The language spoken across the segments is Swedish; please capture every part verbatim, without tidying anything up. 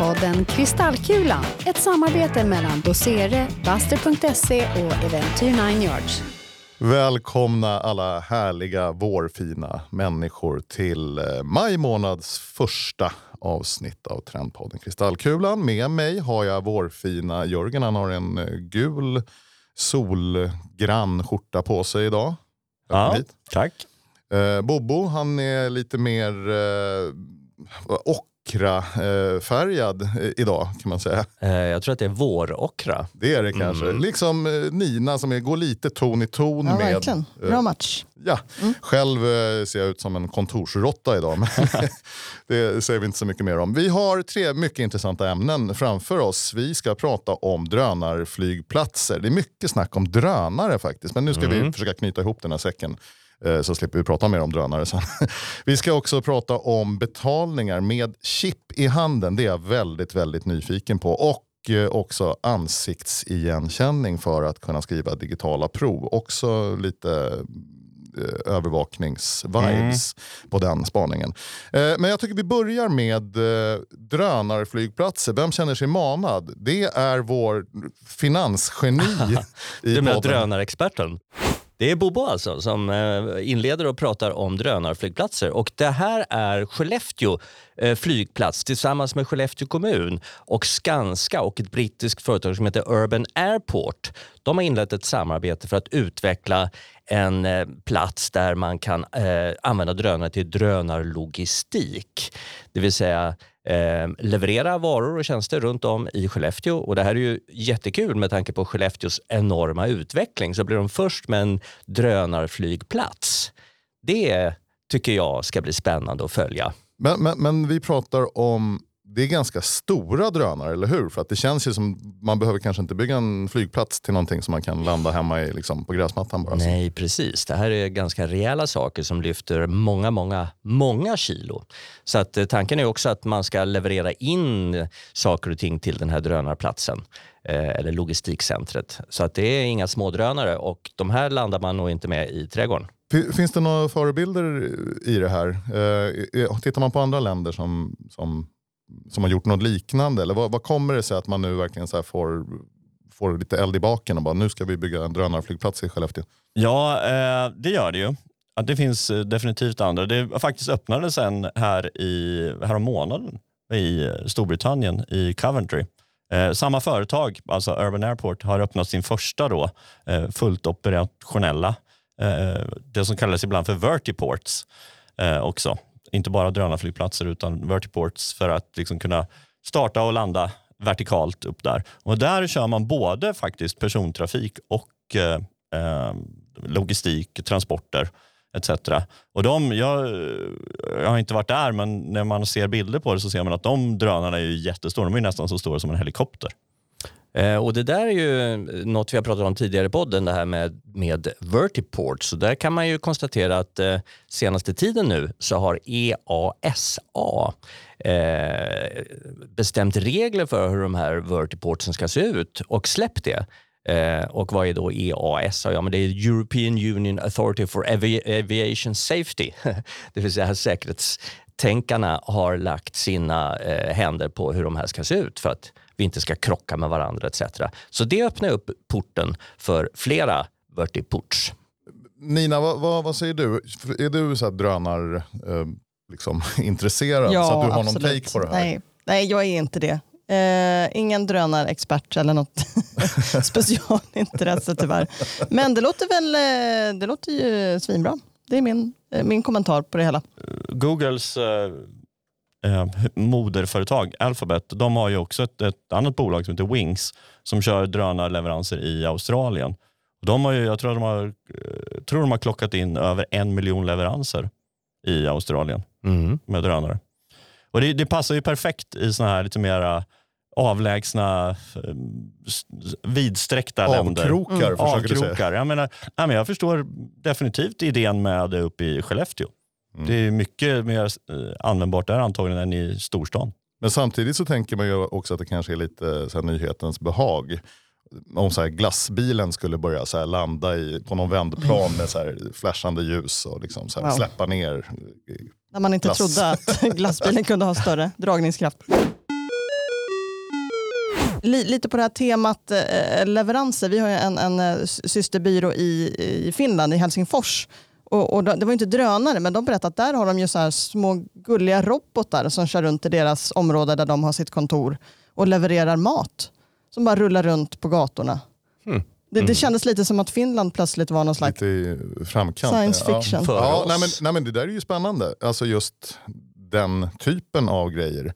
Trendpodden Kristallkulan, ett samarbete mellan Dosere, Buster punkt se och Eventyr nine Yards. Välkomna alla härliga vårfina människor till maj månads första avsnitt av Trendpodden Kristallkulan. Med mig har jag vårfina Jörgen. Han har en gul solgrann skjorta på sig idag. Ja, tack. Eh, Bobo, han är lite mer eh, ockrafärgad eh, idag kan man säga. Eh, jag tror att det är vårockra. Det är det kanske. Mm. Liksom eh, Nina som är, går lite ton i ton ja, med... verkligen. Bra match. Ja, mm. Själv eh, ser jag ut som en kontorsrotta idag. Men det säger vi inte så mycket mer om. Vi har tre mycket intressanta ämnen framför oss. Vi ska prata om drönarflygplatser. Det är mycket snack om drönare faktiskt. Men nu ska mm. vi försöka knyta ihop den här säcken. Så slipper vi prata mer om drönare sen. Vi ska också prata om betalningar med chip i handen. Det är jag väldigt, väldigt nyfiken på. Och också ansiktsigenkänning för att kunna skriva digitala prov. Också lite övervakningsvibes mm. på den spaningen. Men jag tycker vi börjar med drönarflygplatser. Vem känner sig manad? Det är vår finansgeni i Du menar drönarexperten? Det är Bobo alltså som inleder och pratar om drönarflygplatser. Och det här är Skellefteå flygplats tillsammans med Skellefteå kommun och Skanska och ett brittiskt företag som heter Urban Airport. De har inlett ett samarbete för att utveckla en plats där man kan eh, använda drönare till drönarlogistik. Det vill säga eh, leverera varor och tjänster runt om i Skellefteå. Och det här är ju jättekul med tanke på Skellefteås enorma utveckling. Så blir de först med en drönarflygplats. Det tycker jag ska bli spännande att följa. Men, men, men vi pratar om... Det är ganska stora drönare, eller hur? För att det känns ju som man behöver kanske inte bygga en flygplats till någonting som man kan landa hemma i, liksom, på gräsmattan bara. Nej, precis. Det här är ganska rejäla saker som lyfter många, många, många kilo. Så att tanken är också att man ska leverera in saker och ting till den här drönarplatsen. Eh, eller logistikcentret. Så att det är inga små drönare och de här landar man nog inte med i trädgården. Finns det några förebilder i det här? Eh, tittar man på andra länder som... som som har gjort något liknande? Eller vad, vad kommer det sig att man nu verkligen så här får, får lite eld i baken och bara nu ska vi bygga en drönarflygplats i Skellefteå? Ja, eh, det gör det ju. Att det finns definitivt andra. Det faktiskt öppnade sen här i härom månaden i Storbritannien i Coventry. Eh, samma företag, alltså Urban Airport, har öppnat sin första då eh, fullt operationella eh, det som kallas ibland för vertiports eh, också. Inte bara drönarflygplatser utan vertiports för att liksom kunna starta och landa vertikalt upp där. Och där kör man både faktiskt persontrafik och eh, logistik, transporter et cetera. Och de, jag, jag har inte varit där, men när man ser bilder på det så ser man att de drönarna är ju jättestora. De är nästan så stora som en helikopter. Eh, och det där är ju något vi har pratat om tidigare i podden, det här med, med vertiports. Så där kan man ju konstatera att eh, senaste tiden nu så har E A S A eh, bestämt regler för hur de här vertiportsen ska se ut och släppt det. Eh, och vad är då E A S A? Ja, men det är European Union Authority for Avi- Aviation Safety. Det vill säga säkerhetstänkarna har lagt sina eh, händer på hur de här ska se ut för att vi inte ska krocka med varandra et cetera. Så det öppnar upp porten för flera vertiports. Nina, vad, vad, vad säger du? Är du så här drönar eh, liksom, intresserad? Ja, så att du har absolut. någon take på det här? Nej, nej, jag är inte det. Uh, ingen drönarexpert eller något specialintresse tyvärr. Men det låter väl det låter ju svinbra. Det är min, min kommentar på det hela. Googles eh, eh, moderföretag Alphabet, de har ju också ett, ett annat bolag som heter Wings som kör drönarleveranser i Australien. De har ju, jag tror de har, tror de har klockat in över en miljon leveranser i Australien mm. med drönare. Och det, det passar ju perfekt i såna här lite mer avlägsna, vidsträckta länder. Avkrokar, mm. försöker du säga. Jag menar, jag, menar, jag förstår definitivt idén med det uppe i Skellefteå. Mm. Det är mycket mer användbart där antagligen än i storstan. Men samtidigt så tänker man ju också att det kanske är lite så här, nyhetens behag. Om så här, glassbilen skulle börja så här, landa i, på någon vändplan med så här, flashande ljus och liksom, så här, wow. släppa ner. När man inte glass. trodde att glassbilen kunde ha större dragningskraft. Li, lite på det här temat eh, leveranser. Vi har ju en, en systerbyrå i, i Finland, i Helsingfors. Och, och det var inte drönare, men de berättade att där har de ju så här små gulliga robotar som kör runt i deras område där de har sitt kontor och levererar mat. Som bara rullar runt på gatorna. Mm. Det, det kändes lite som att Finland plötsligt var någon slags lite framkant. Science fiction. Ja, ja nej, men, nej, men det där är ju spännande. Alltså just den typen av grejer.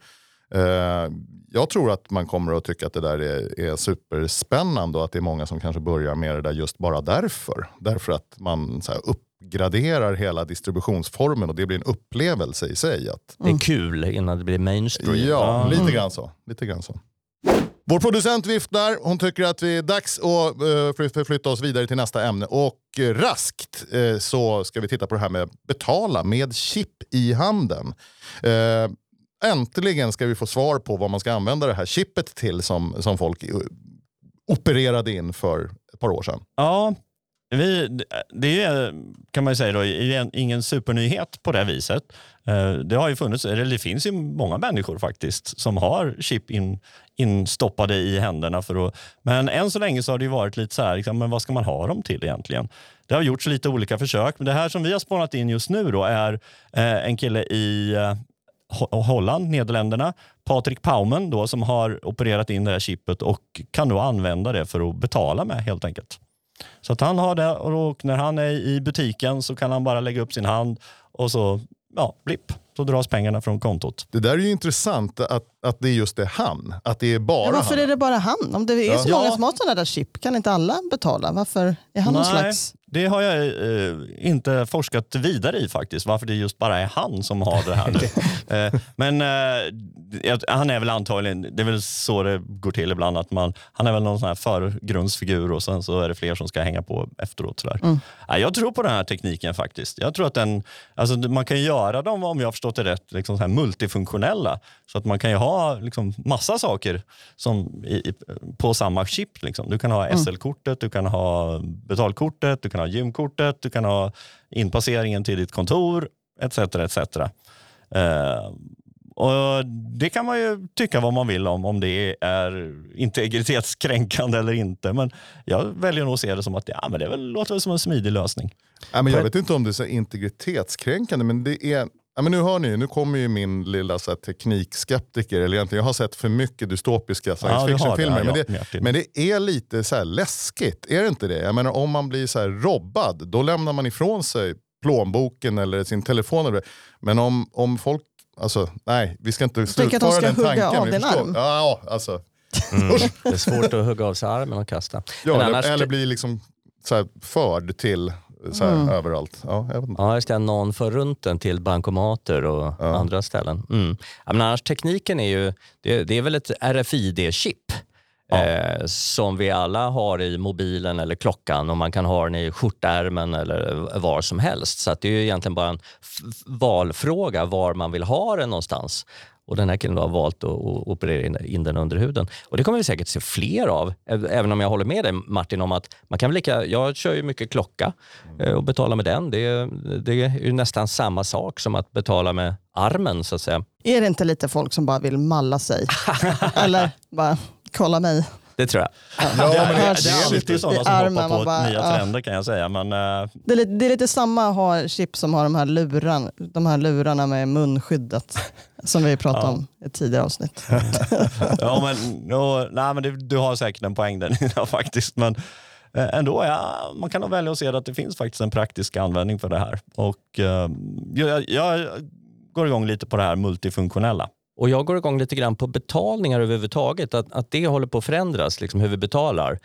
Uh, jag tror att man kommer att tycka att det där är, är superspännande och att det är många som kanske börjar med det där just bara därför. Därför att man så här, uppgraderar hela distributionsformen och det blir en upplevelse i sig. Att, det är kul innan det blir mainstream. Ja, mm. lite grann så. Lite grann så. Vår producent viftar, hon tycker att det är dags att uh, förflytta oss vidare till nästa ämne. Och uh, raskt uh, så ska vi titta på det här med betala med chip i handen. Uh, Äntligen ska vi få svar på vad man ska använda det här chippet till som, som folk opererade in för ett par år sedan. Ja, vi, det är, kan man ju säga då, är ingen supernyhet på det viset. Det har ju funnits, eller det finns ju många människor faktiskt som har chip in, instoppade i händerna. För att, men än så länge så har det ju varit lite så här, liksom, men vad ska man ha dem till egentligen? Det har gjorts lite olika försök, men det här som vi har spånat in just nu då är en kille i Holland, Nederländerna, Patrik Paumen då, som har opererat in det här chippet och kan då använda det för att betala med helt enkelt. Så att han har det och när han är i butiken så kan han bara lägga upp sin hand och så, ja, blipp, så dras pengarna från kontot. Det där är ju intressant att, att det är just det han, att det är bara ja, varför han. är det bara han? Om det är ja. så många som har sådana där chip, kan inte alla betala? Varför är han Nej, någon slags... det har jag eh, inte forskat vidare i faktiskt. Varför det just bara är han som har det här nu. eh, men eh, han är väl antagligen, det är väl så det går till ibland att man, han är väl någon sån här förgrundsfigur och sen så är det fler som ska hänga på efteråt. Sådär. Mm. Eh, jag tror på den här tekniken faktiskt. Jag tror att den, alltså man kan göra dem, om jag har förstått det rätt, liksom så här multifunktionella. Så att man kan ju ha liksom massa saker som i, på samma chip. Liksom. Du kan ha S L-kortet, du kan ha betalkortet, du kan ha gymkortet, du kan ha inpasseringen till ditt kontor, et cetera et cetera. Uh, och det kan man ju tycka vad man vill om, om det är integritetskränkande eller inte. Men jag väljer nog att se det som att ja, men det väl, låter väl som en smidig lösning. Ja, men jag vet inte om det är så integritetskränkande, men det är... Ja, men nu hör ni, nu kommer ju min lilla så här, teknikskeptiker, eller egentligen jag har sett för mycket dystopiska science ja, fiction-filmer, det, men, det, men det är lite så här läskigt, är det inte det? Jag menar, om man blir så här robbad, då lämnar man ifrån sig plånboken eller sin telefon. Eller, men om, om folk, alltså nej, vi ska inte slutföra den tanken. Tänk att de ska hugga av din arm. Ja, alltså. Mm. Det är svårt att hugga av sig armen och kasta. Ja, men eller, annars... eller bli liksom så här förd till... Så här, mm. överallt. Ja, jag vet inte. Ja, just det. Någon för runt den till bankomater och ja. andra ställen. Mm. Ja, men annars tekniken är ju, det, det är väl ett R F I D-chip ja. eh, som vi alla har i mobilen eller klockan, och man kan ha den i skjortärmen eller var som helst. Så att det är ju egentligen bara en f- valfråga var man vill ha den någonstans. Och den här killen har valt att operera in den under huden. Och det kommer vi säkert se fler av. Även om jag håller med dig, Martin, om att man kan väl lika... Jag kör ju mycket klocka och betalar med den. Det är, det är ju nästan samma sak som att betala med armen, så att säga. Är det inte lite folk som bara vill malla sig? Eller bara kolla mig? Det tror jag. Ja, men det, det är alltid sådana som armen, hoppar på bara, nya ja. trender, kan jag säga. Men, uh... det, är lite, det är lite samma att ha chip som har de här, luran, de här lurarna med munskyddet som vi pratade ja. om i ett tidigare avsnitt. ja, men, no, nej, men det, du har säkert en poäng där ja, faktiskt. Men eh, ändå, ja, man kan nog välja att se att det finns faktiskt en praktisk användning för det här. Och eh, jag, jag går igång lite på det här multifunktionella. Och jag går igång lite grann på betalningar överhuvudtaget. Att, att det håller på att förändras, liksom hur vi betalar.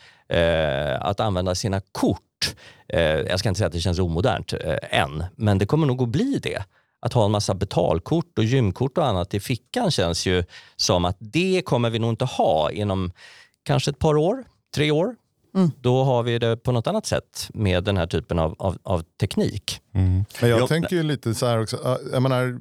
Eh, att använda sina kort. Eh, jag ska inte säga att det känns omodernt eh, än. Men det kommer nog att bli det. Att ha en massa betalkort och gymkort och annat i fickan känns ju som att det kommer vi nog inte ha inom kanske ett par år, tre år. Mm. Då har vi det på något annat sätt med den här typen av, av, av teknik. Mm. Men jag, jag tänker ju lite så här också. Jag menar...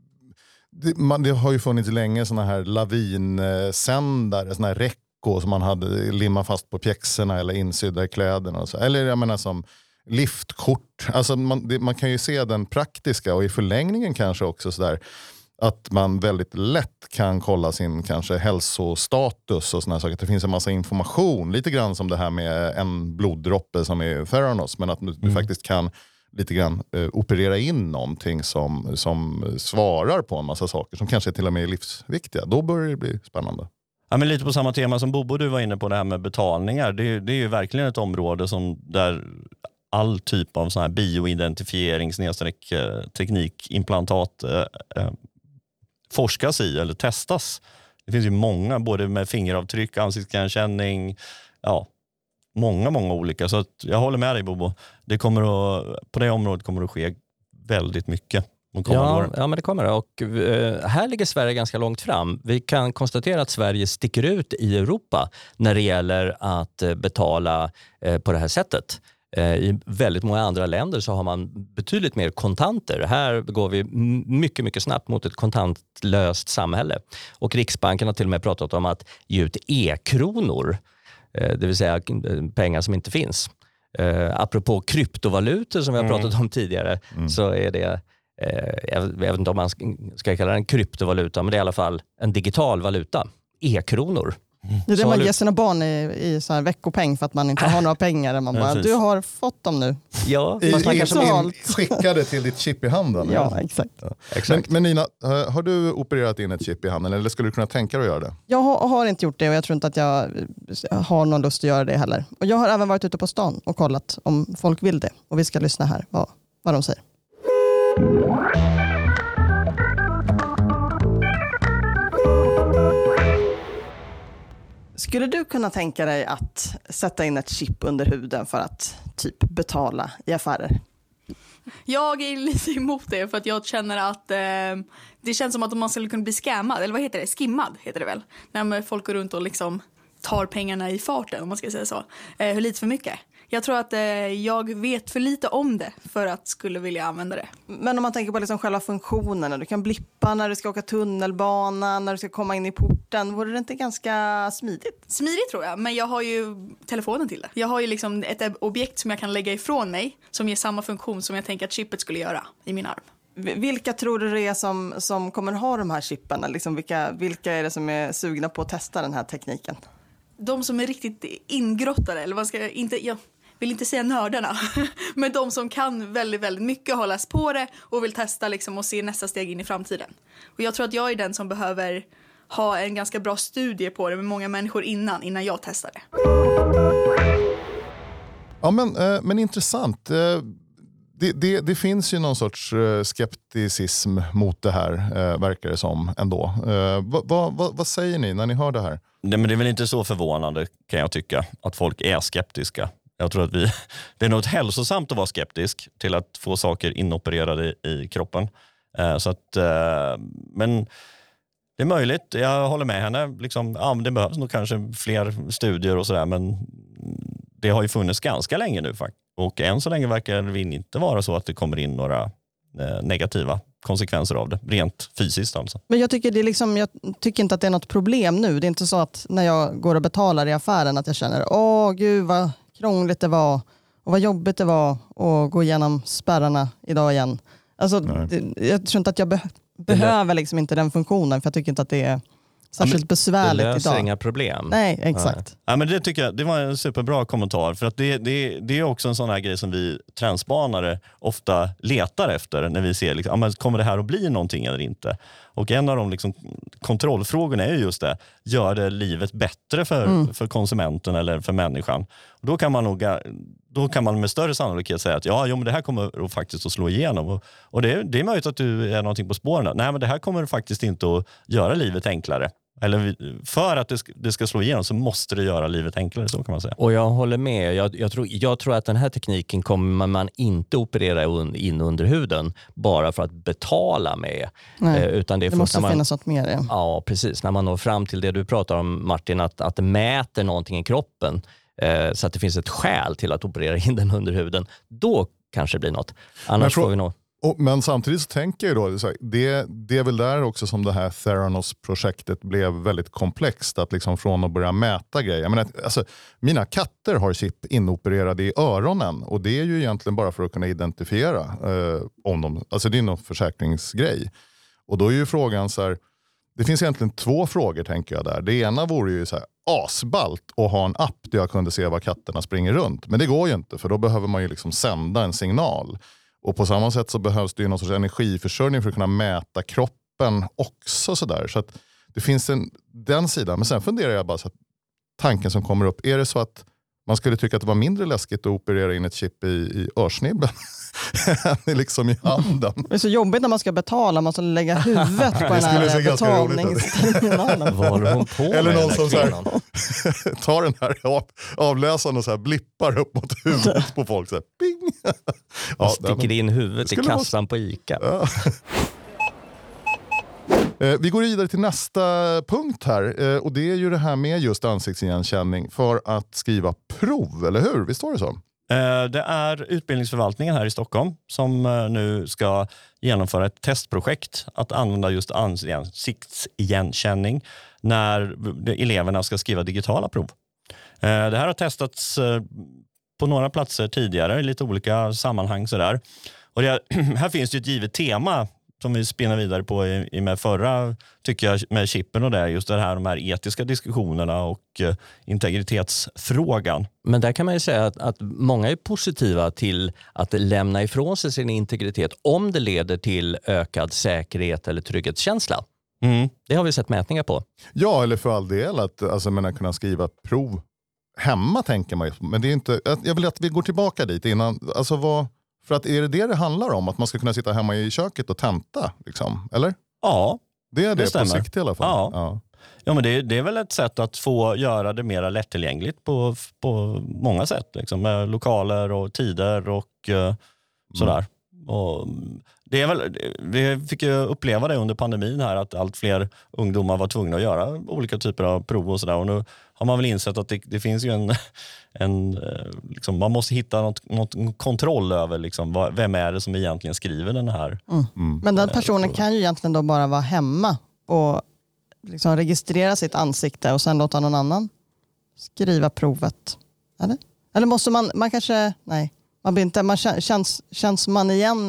Det, man, det har ju funnits länge såna här lavinsändare, såna här räckor som man hade limmat fast på pjäxorna eller insydda i kläderna. Och så. Eller jag menar som liftkort. Alltså man, det, man kan ju se den praktiska och i förlängningen kanske också så där. att man väldigt lätt kan kolla sin kanske hälsostatus och såna saker. Att det finns en massa information, lite grann som det här med en bloddroppe som är Theranos, men att du mm. faktiskt kan lite grann eh, operera in någonting som, som svarar på en massa saker som kanske till och med är livsviktiga. Då börjar det bli spännande. Ja, men lite på samma tema som Bobo du var inne på, det här med betalningar. Det är, det är ju verkligen ett område som där all typ av sån här bioidentifiering, snedstreck, teknikimplantat eh, eh, forskas i eller testas. Det finns ju många, både med fingeravtryck, ansiktsigenkänning, ja, många, många olika. Så att jag håller med dig Bobo. Det kommer att, på det området kommer det att ske väldigt mycket. Ja, ja, men det kommer det. Och eh, här ligger Sverige ganska långt fram. Vi kan konstatera att Sverige sticker ut i Europa när det gäller att eh, betala eh, på det här sättet. I väldigt många andra länder så har man betydligt mer kontanter. Här går vi mycket, mycket snabbt mot ett kontantlöst samhälle. Och Riksbanken har till och med pratat om att ge ut e-kronor, det vill säga pengar som inte finns. Apropå kryptovalutor som vi har pratat om tidigare mm. så är det, jag vet inte om man ska kalla det en kryptovaluta, men det är i alla fall en digital valuta, e-kronor. Det är det man ger sina barn i, i så här veckopeng för att man inte har några pengar. Man bara, du har fått dem nu. Ja, I, fast man kanske in, skickade till ditt chip i handen. Ja, exakt. Ja. exakt. Men, men Nina, har du opererat in ett chip i handen eller skulle du kunna tänka dig att göra det? Jag har, har inte gjort det och jag tror inte att jag har någon lust att göra det heller. Och jag har även varit ute på stan och kollat om folk vill det. Och vi ska lyssna här vad, vad de säger. Skulle du kunna tänka dig att sätta in ett chip under huden för att typ betala i affärer? Jag är lite emot det för att jag känner att eh, det känns som att man skulle kunna bli scammad. Eller vad heter det? Skimmad heter det väl. När folk går runt och liksom tar pengarna i farten, om man ska säga så. Eh, hur lite för mycket. Jag tror att eh, jag vet för lite om det för att skulle vilja använda det. Men om man tänker på liksom själva funktionen. Du kan blippa när du ska åka tunnelbana, när du ska komma in i porten. Vore det inte ganska smidigt? Smidigt tror jag, men jag har ju telefonen till det. Jag har ju liksom ett objekt som jag kan lägga ifrån mig som ger samma funktion som jag tänker att chippet skulle göra i min arm. Vilka tror du det är som, som kommer ha de här chippen? Liksom vilka, vilka är det som är sugna på att testa den här tekniken? De som är riktigt ingrottade, eller vad ska jag inte... Jag vill inte säga nördarna, men de som kan väldigt, väldigt mycket, har läst på det och vill testa liksom och se nästa steg in i framtiden. Och jag tror att jag är den som behöver ha en ganska bra studie på det med många människor innan, innan jag testar det. Ja, men, eh, men intressant. Eh, det, det, det finns ju någon sorts eh, skepticism mot det här, eh, verkar det som ändå. Eh, vad, vad, vad säger ni när ni hör det här? Nej, men det är väl inte så förvånande kan jag tycka att folk är skeptiska. Jag tror att vi, det är något hälsosamt att vara skeptisk till att få saker inopererade i kroppen. Eh, så att, eh, men det är möjligt, jag håller med henne. Liksom, ja, det behövs nog kanske fler studier och sådär, men det har ju funnits ganska länge nu faktiskt. Och än så länge verkar det inte vara så att det kommer in några eh, negativa konsekvenser av det, rent fysiskt alltså. Men jag tycker, det är liksom, jag tycker inte att det är något problem nu. Det är inte så att när jag går och betalar i affären att jag känner, åh gud vad krångligt det var och vad jobbigt det var att gå igenom spärrarna idag igen. Alltså, det, jag tror inte att jag be- behöver liksom inte den funktionen för jag tycker inte att det är särskilt ja, besvärligt idag. Det löser idag. Inga problem. Nej, exakt. Nej. Ja, men det tycker jag, det var en superbra kommentar för att det, det, det är också en sån här grej som vi trendspanare ofta letar efter när vi ser liksom, ja, men kommer det här att bli någonting eller inte. Och en av de liksom, kontrollfrågorna är ju just det, gör det livet bättre för, mm. för konsumenten eller för människan? Och då kan man nog, då kan man med större sannolikhet säga att ja, jo, men det här kommer att faktiskt att slå igenom. Och, och det, det är möjligt att du är någonting på spåren. Nej, men det här kommer faktiskt inte att göra livet enklare. Eller för att det ska, det ska slå igenom så måste det göra livet enklare, så kan man säga. Och jag håller med. Jag, jag, tror, jag tror att den här tekniken kommer man inte operera in under huden bara för att betala med. Nej, eh, utan det, det måste man, finnas något mer. Ja. ja, precis. När man når fram till det du pratar om, Martin, att, att det mäter någonting i kroppen eh, så att det finns ett skäl till att operera in den under huden. Då kanske det blir något. Annars får vi nog... Och, men samtidigt så tänker jag då, det, det är väl där också som det här Theranos-projektet blev väldigt komplext. Att liksom från att börja mäta grejer. Jag menar, alltså, mina katter har chip inopererade i öronen. Och det är ju egentligen bara för att kunna identifiera eh, om de, alltså det är någon försäkringsgrej. Och då är ju frågan så här, det finns egentligen två frågor tänker jag där. Det ena vore ju så här asballt att ha en app där jag kunde se var katterna springer runt. Men det går ju inte, för då behöver man ju liksom sända en signal. Och på samma sätt så behövs det ju någon sorts energiförsörjning för att kunna mäta kroppen också sådär. Så att det finns en, den sidan. Men sen funderar jag bara så att tanken som kommer upp, är det så att man skulle tycka att det var mindre läskigt att operera in ett chip i, i örsnibben än liksom i handen? Det är så jobbigt när man ska betala, man ska lägga huvudet på den här betalningsterminalen. Vad håller hon på med? Eller någon den som så kvinnan? här, tar den här av, avläsaren och så här blippar upp mot huvudet på folk. Så här, bing! Ja, Sticker in huvudet i skulle vara- kassan på ICA. Ja. Eh, Vi går vidare till nästa punkt här eh, och det är ju det här med just ansiktsigenkänning för att skriva prov, eller hur? Visst var det så? Eh, Det är utbildningsförvaltningen här i Stockholm som eh, nu ska genomföra ett testprojekt att använda just ansiktsigenkänning när de- eleverna ska skriva digitala prov. Eh, Det här har testats eh, på några platser tidigare i lite olika sammanhang sådär. Och det, här finns det ett givet tema som vi spinner vidare på i, i med förra, tycker jag, med chippen och det, just det här, de här etiska diskussionerna och eh, integritetsfrågan. Men där kan man ju säga att, att många är positiva till att lämna ifrån sig sin integritet om det leder till ökad säkerhet eller trygghetskänsla. Mm. Det har vi sett mätningar på. Ja, eller för all del att alltså, menar, kunna skriva prov hemma tänker man ju. Men det är inte, jag vill att vi går tillbaka dit innan. Alltså vad, för att är det det det handlar om? Att man ska kunna sitta hemma i köket och tenta? Liksom, eller? Ja, Det är det, Det på stämmer. sikt i alla fall. Ja. Ja. ja men det, det är väl ett sätt att få göra det mer lättillgängligt på, på många sätt. Liksom, med lokaler och tider och eh, sådär. Och det är väl, vi fick ju uppleva det under pandemin här att allt fler ungdomar var tvungna att göra olika typer av prov och sådär. Och nu har man väl insett att det, det finns ju en, en eh, liksom, man måste hitta något, något kontroll över liksom, vad, vem är det som egentligen skriver den här. Mm. Men den personen kan ju egentligen då bara vara hemma och liksom registrera sitt ansikte och sen låta någon annan skriva provet. Eller? Eller måste man, man kanske, nej, man blir inte, man känns, känns man igen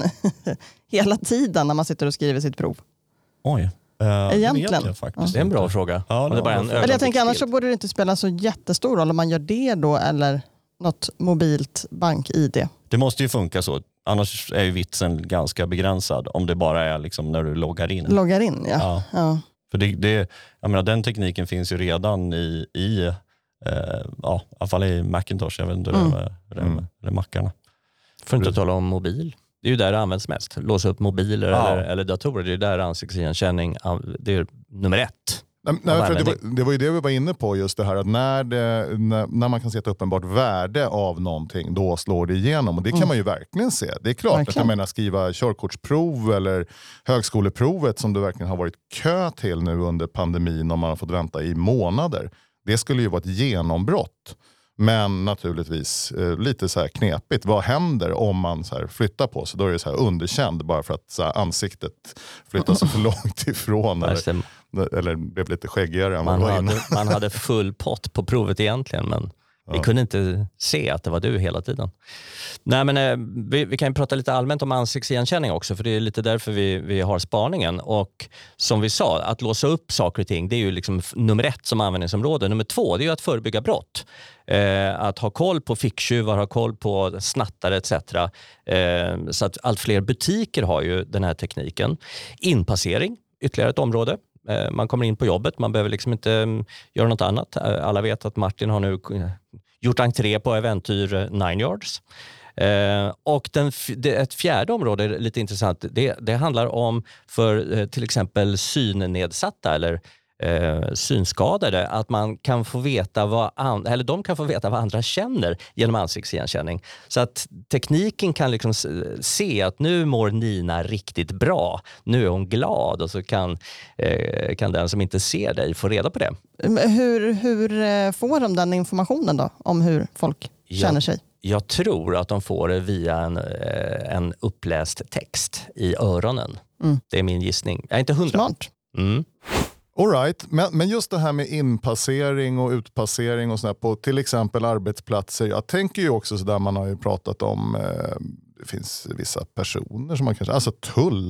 hela tiden när man sitter och skriver sitt prov? Oj. Eh, det Egentligen. vet jag faktiskt Det är en bra inte. fråga. Ja, Om det det bara är var en bra. Eller jag tänker annars så ögonblicksbild. borde det inte spela så jättestor roll om man gör det då eller något mobilt bank-I D. Det måste ju funka så. Annars är ju vitsen ganska begränsad om det bara är liksom när du loggar in. Loggar in, ja. Ja. ja. För det, det, jag menar, den tekniken finns ju redan i, i eh, ja, i alla fall i Macintosh. Jag vet inte hur Mm. det är med, hur det är med, med mackarna. För att inte tala om mobil. Det är ju där det används mest. Låsa upp mobiler Ja. eller, eller datorer. Det är där ansiktsigenkänning, det är nummer ett. Nej, nej, Av för det, användning. var, det var ju det vi var inne på, just det här att när, det, när, när man kan se ett uppenbart värde av någonting, då slår det igenom. Och det kan Mm. man ju verkligen se. Det är klart att Verkligen. jag menar skriva körkortsprov eller högskoleprovet som det verkligen har varit kö till nu under pandemin och man har fått vänta i månader. Det skulle ju vara ett genombrott. Men naturligtvis eh, lite så här knepigt. Vad händer om man så här flyttar på sig? Då är det så här underkänd bara för att så här, ansiktet flyttar sig för långt ifrån. Alltså, Eller, eller blev lite skäggigare än vad man, det var innan. hade, man hade full pott på provet egentligen, men vi Ja. kunde inte se att det var du hela tiden. Nej, men, eh, vi, vi kan ju prata lite allmänt om ansiktsigenkänning också, för det är lite därför vi, vi har spaningen. Och som vi sa, att låsa upp saker och ting, det är ju liksom f- nummer ett som användningsområde. Nummer två, det är ju att förebygga brott. Eh, att ha koll på ficktjuvar, ha koll på snattare et cetera. Eh, så att allt fler butiker har ju den här tekniken. Inpassering, ytterligare ett område. Eh, Man kommer in på jobbet, man behöver liksom inte mm, göra något annat. Eh, Alla vet att Martin har nu eh, gjort entré på Äventyr eh, Nine Yards. Eh, och den, f- det, ett fjärde område är lite intressant. Det, det handlar om för eh, till exempel synnedsatta eller eh, synskadade, att man kan få veta vad an, eller de kan få veta vad andra känner genom ansiktsigenkänning. Så att tekniken kan liksom s- se att nu mår Nina riktigt bra. Nu är hon glad, och så kan, eh, kan den som inte ser dig få reda på det. Men Hur, hur eh, får de den informationen då om hur folk Ja. känner sig? Jag tror att de får det via en, eh, en uppläst text i öronen. Mm. Det är min gissning. Jag är inte hundra. Smart. Mm. All right. men, men just det här med inpassering och utpassering och sådär på till exempel arbetsplatser. Jag tänker ju också så där, man har ju pratat om eh, det finns vissa personer som man kanske, alltså tull,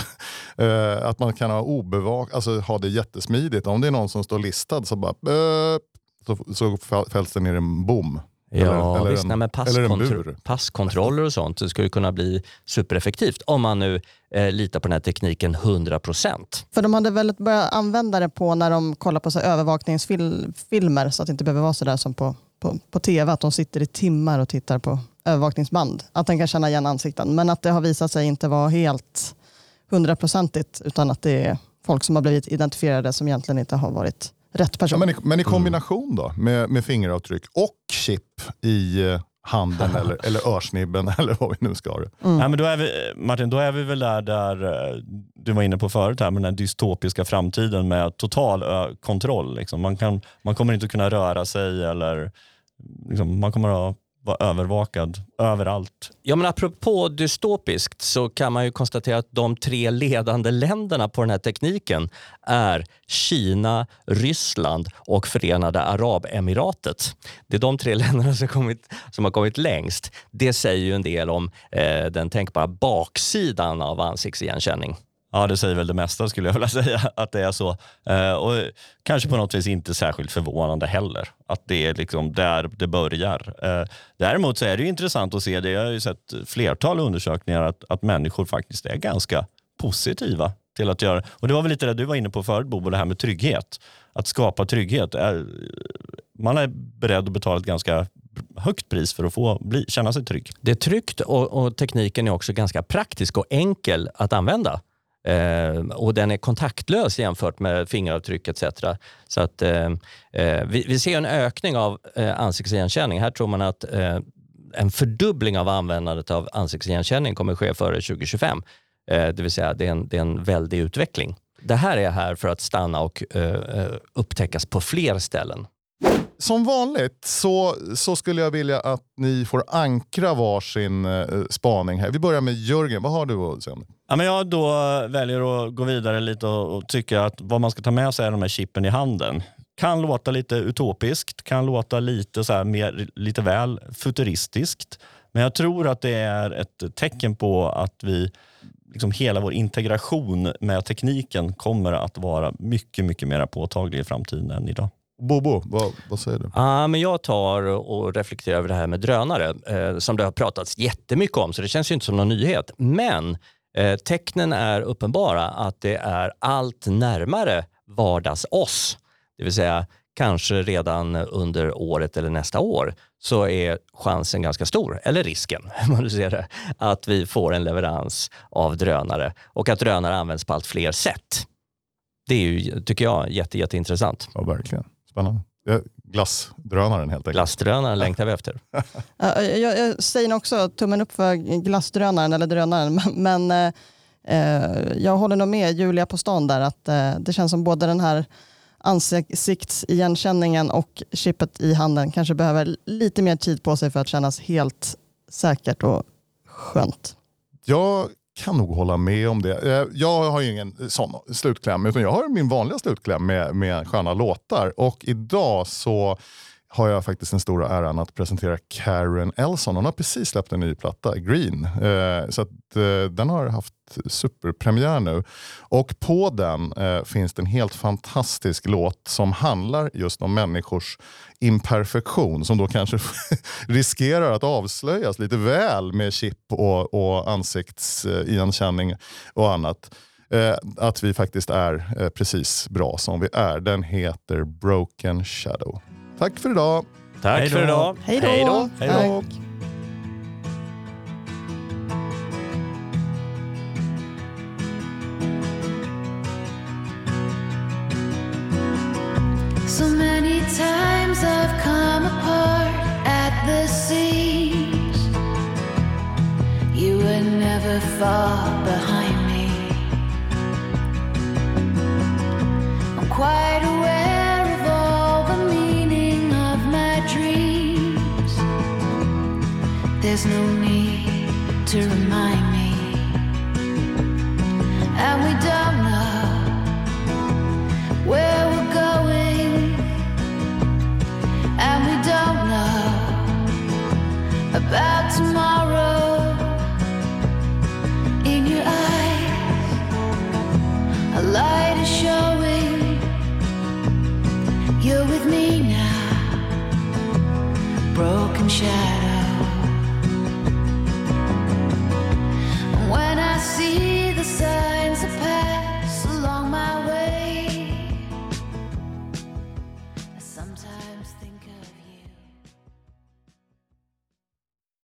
eh, att man kan ha obevak, alltså ha det jättesmidigt. Om det är någon som står listad så bara äh, så, så fälls det ner en bom. Ja, eller, eller visst, en, nej, men passkontro- passkontroller och sånt, det skulle kunna bli supereffektivt om man nu eh, litar på den här tekniken hundra procent. För de hade väl börjat använda det på när de kollar på så här övervakningsfilmer, så att det inte behöver vara så där som på, på, på tv, att de sitter i timmar och tittar på övervakningsband. Att den kan känna igen ansikten, men att det har visat sig inte vara helt hundraprocentigt, utan att det är folk som har blivit identifierade som egentligen inte har varit rätt person. Ja, men, i, men i kombination då med, med fingeravtryck och chip i eh, handen eller, eller örsnibben eller vad vi nu ska ha det. Mm. Ja, men då är vi, Martin, då är vi väl där, där du var inne på förut här med den här dystopiska framtiden med total ö, kontroll. Liksom. Man, kan, man kommer inte kunna röra sig eller liksom, man kommer att vara övervakad överallt. Ja, men apropå dystopiskt så kan man ju konstatera att de tre ledande länderna på den här tekniken är Kina, Ryssland och Förenade Arabemiratet. Det är de tre länderna som, kommit, som har kommit längst. Det säger ju en del om eh, den tänkbara baksidan av ansiktsigenkänning. Ja, det säger väl det mesta skulle jag vilja säga att det är så. Eh, och kanske på något vis inte särskilt förvånande heller att det är liksom där det börjar. Eh, däremot så är det ju intressant att se det. Jag har ju sett flertal undersökningar att, att människor faktiskt är ganska positiva till att göra. Och det var väl lite det du var inne på förut, Bobo, det här med trygghet. Att skapa trygghet. Är, man är beredd att betala ett ganska högt pris för att få bli, känna sig trygg. Det är tryggt och, och tekniken är också ganska praktisk och enkel att använda. Eh, och den är kontaktlös jämfört med fingeravtryck et cetera. Så att eh, vi, vi ser en ökning av eh, ansiktsigenkänning. Här tror man att eh, en fördubbling av användandet av ansiktsigenkänning kommer ske före tjugo tjugofem. Eh, det vill säga det är, en, det är en väldig utveckling. Det här är här för att stanna och eh, upptäckas på fler ställen. Som vanligt så, så skulle jag vilja att ni får ankra varsin eh, spaning här. Vi börjar med Jörgen. Vad har du att säga? Ja, men jag då väljer att gå vidare lite och, och tycka att vad man ska ta med sig är de här chippen i handen. Kan låta lite utopiskt, kan låta lite, så här, mer, lite väl futuristiskt. Men jag tror att det är ett tecken på att vi, liksom hela vår integration med tekniken kommer att vara mycket, mycket mer påtaglig i framtiden än idag. Bobo, vad, vad säger du? Ja, men jag tar och reflekterar över det här med drönare eh, som det har pratats jättemycket om, så det känns ju inte som någon nyhet. Men eh, tecknen är uppenbara att det är allt närmare vardags oss. Det vill säga kanske redan under året eller nästa år så är chansen ganska stor, eller risken, man ser det, att vi får en leverans av drönare och att drönare används på allt fler sätt. Det är ju, tycker jag, jätte, jätteintressant. Ja, verkligen. Spännande. Glassdrönaren helt enkelt. Glassdrönaren längtar vi efter. jag, jag, jag säger också tummen upp för glassdrönaren eller drönaren, men eh, jag håller nog med Julia på stan där att eh, det känns som både den här ansiktsigenkänningen och chippet i handen kanske behöver lite mer tid på sig för att kännas helt säkert och skönt. Jag kan nog hålla med om det. Jag har ju ingen sån slutkläm, utan jag har min vanliga slutkläm med, med sköna låtar. Och idag så har jag faktiskt den stora äran att presentera Karen Elson. Hon har precis släppt en ny platta, Green. Eh, så att, eh, den har haft superpremiär nu. Och på den eh, finns det en helt fantastisk låt som handlar just om människors imperfektion. Som då kanske riskerar att avslöjas lite väl med chip och, och ansiktsigenkänning och annat. Eh, att vi faktiskt är eh, precis bra som vi är. Den heter Broken Shadow. Tack för idag. Tack Hej då. för idag. Hej då. Hej då. Hej då. Tack. So many times I've come apart at the seams. You were never far behind me. I'm quite aware of all the meaning of my dreams. There's no need to remind me. And we don't know where we're going, and we don't know about tomorrow. You're with me now, broken shadow.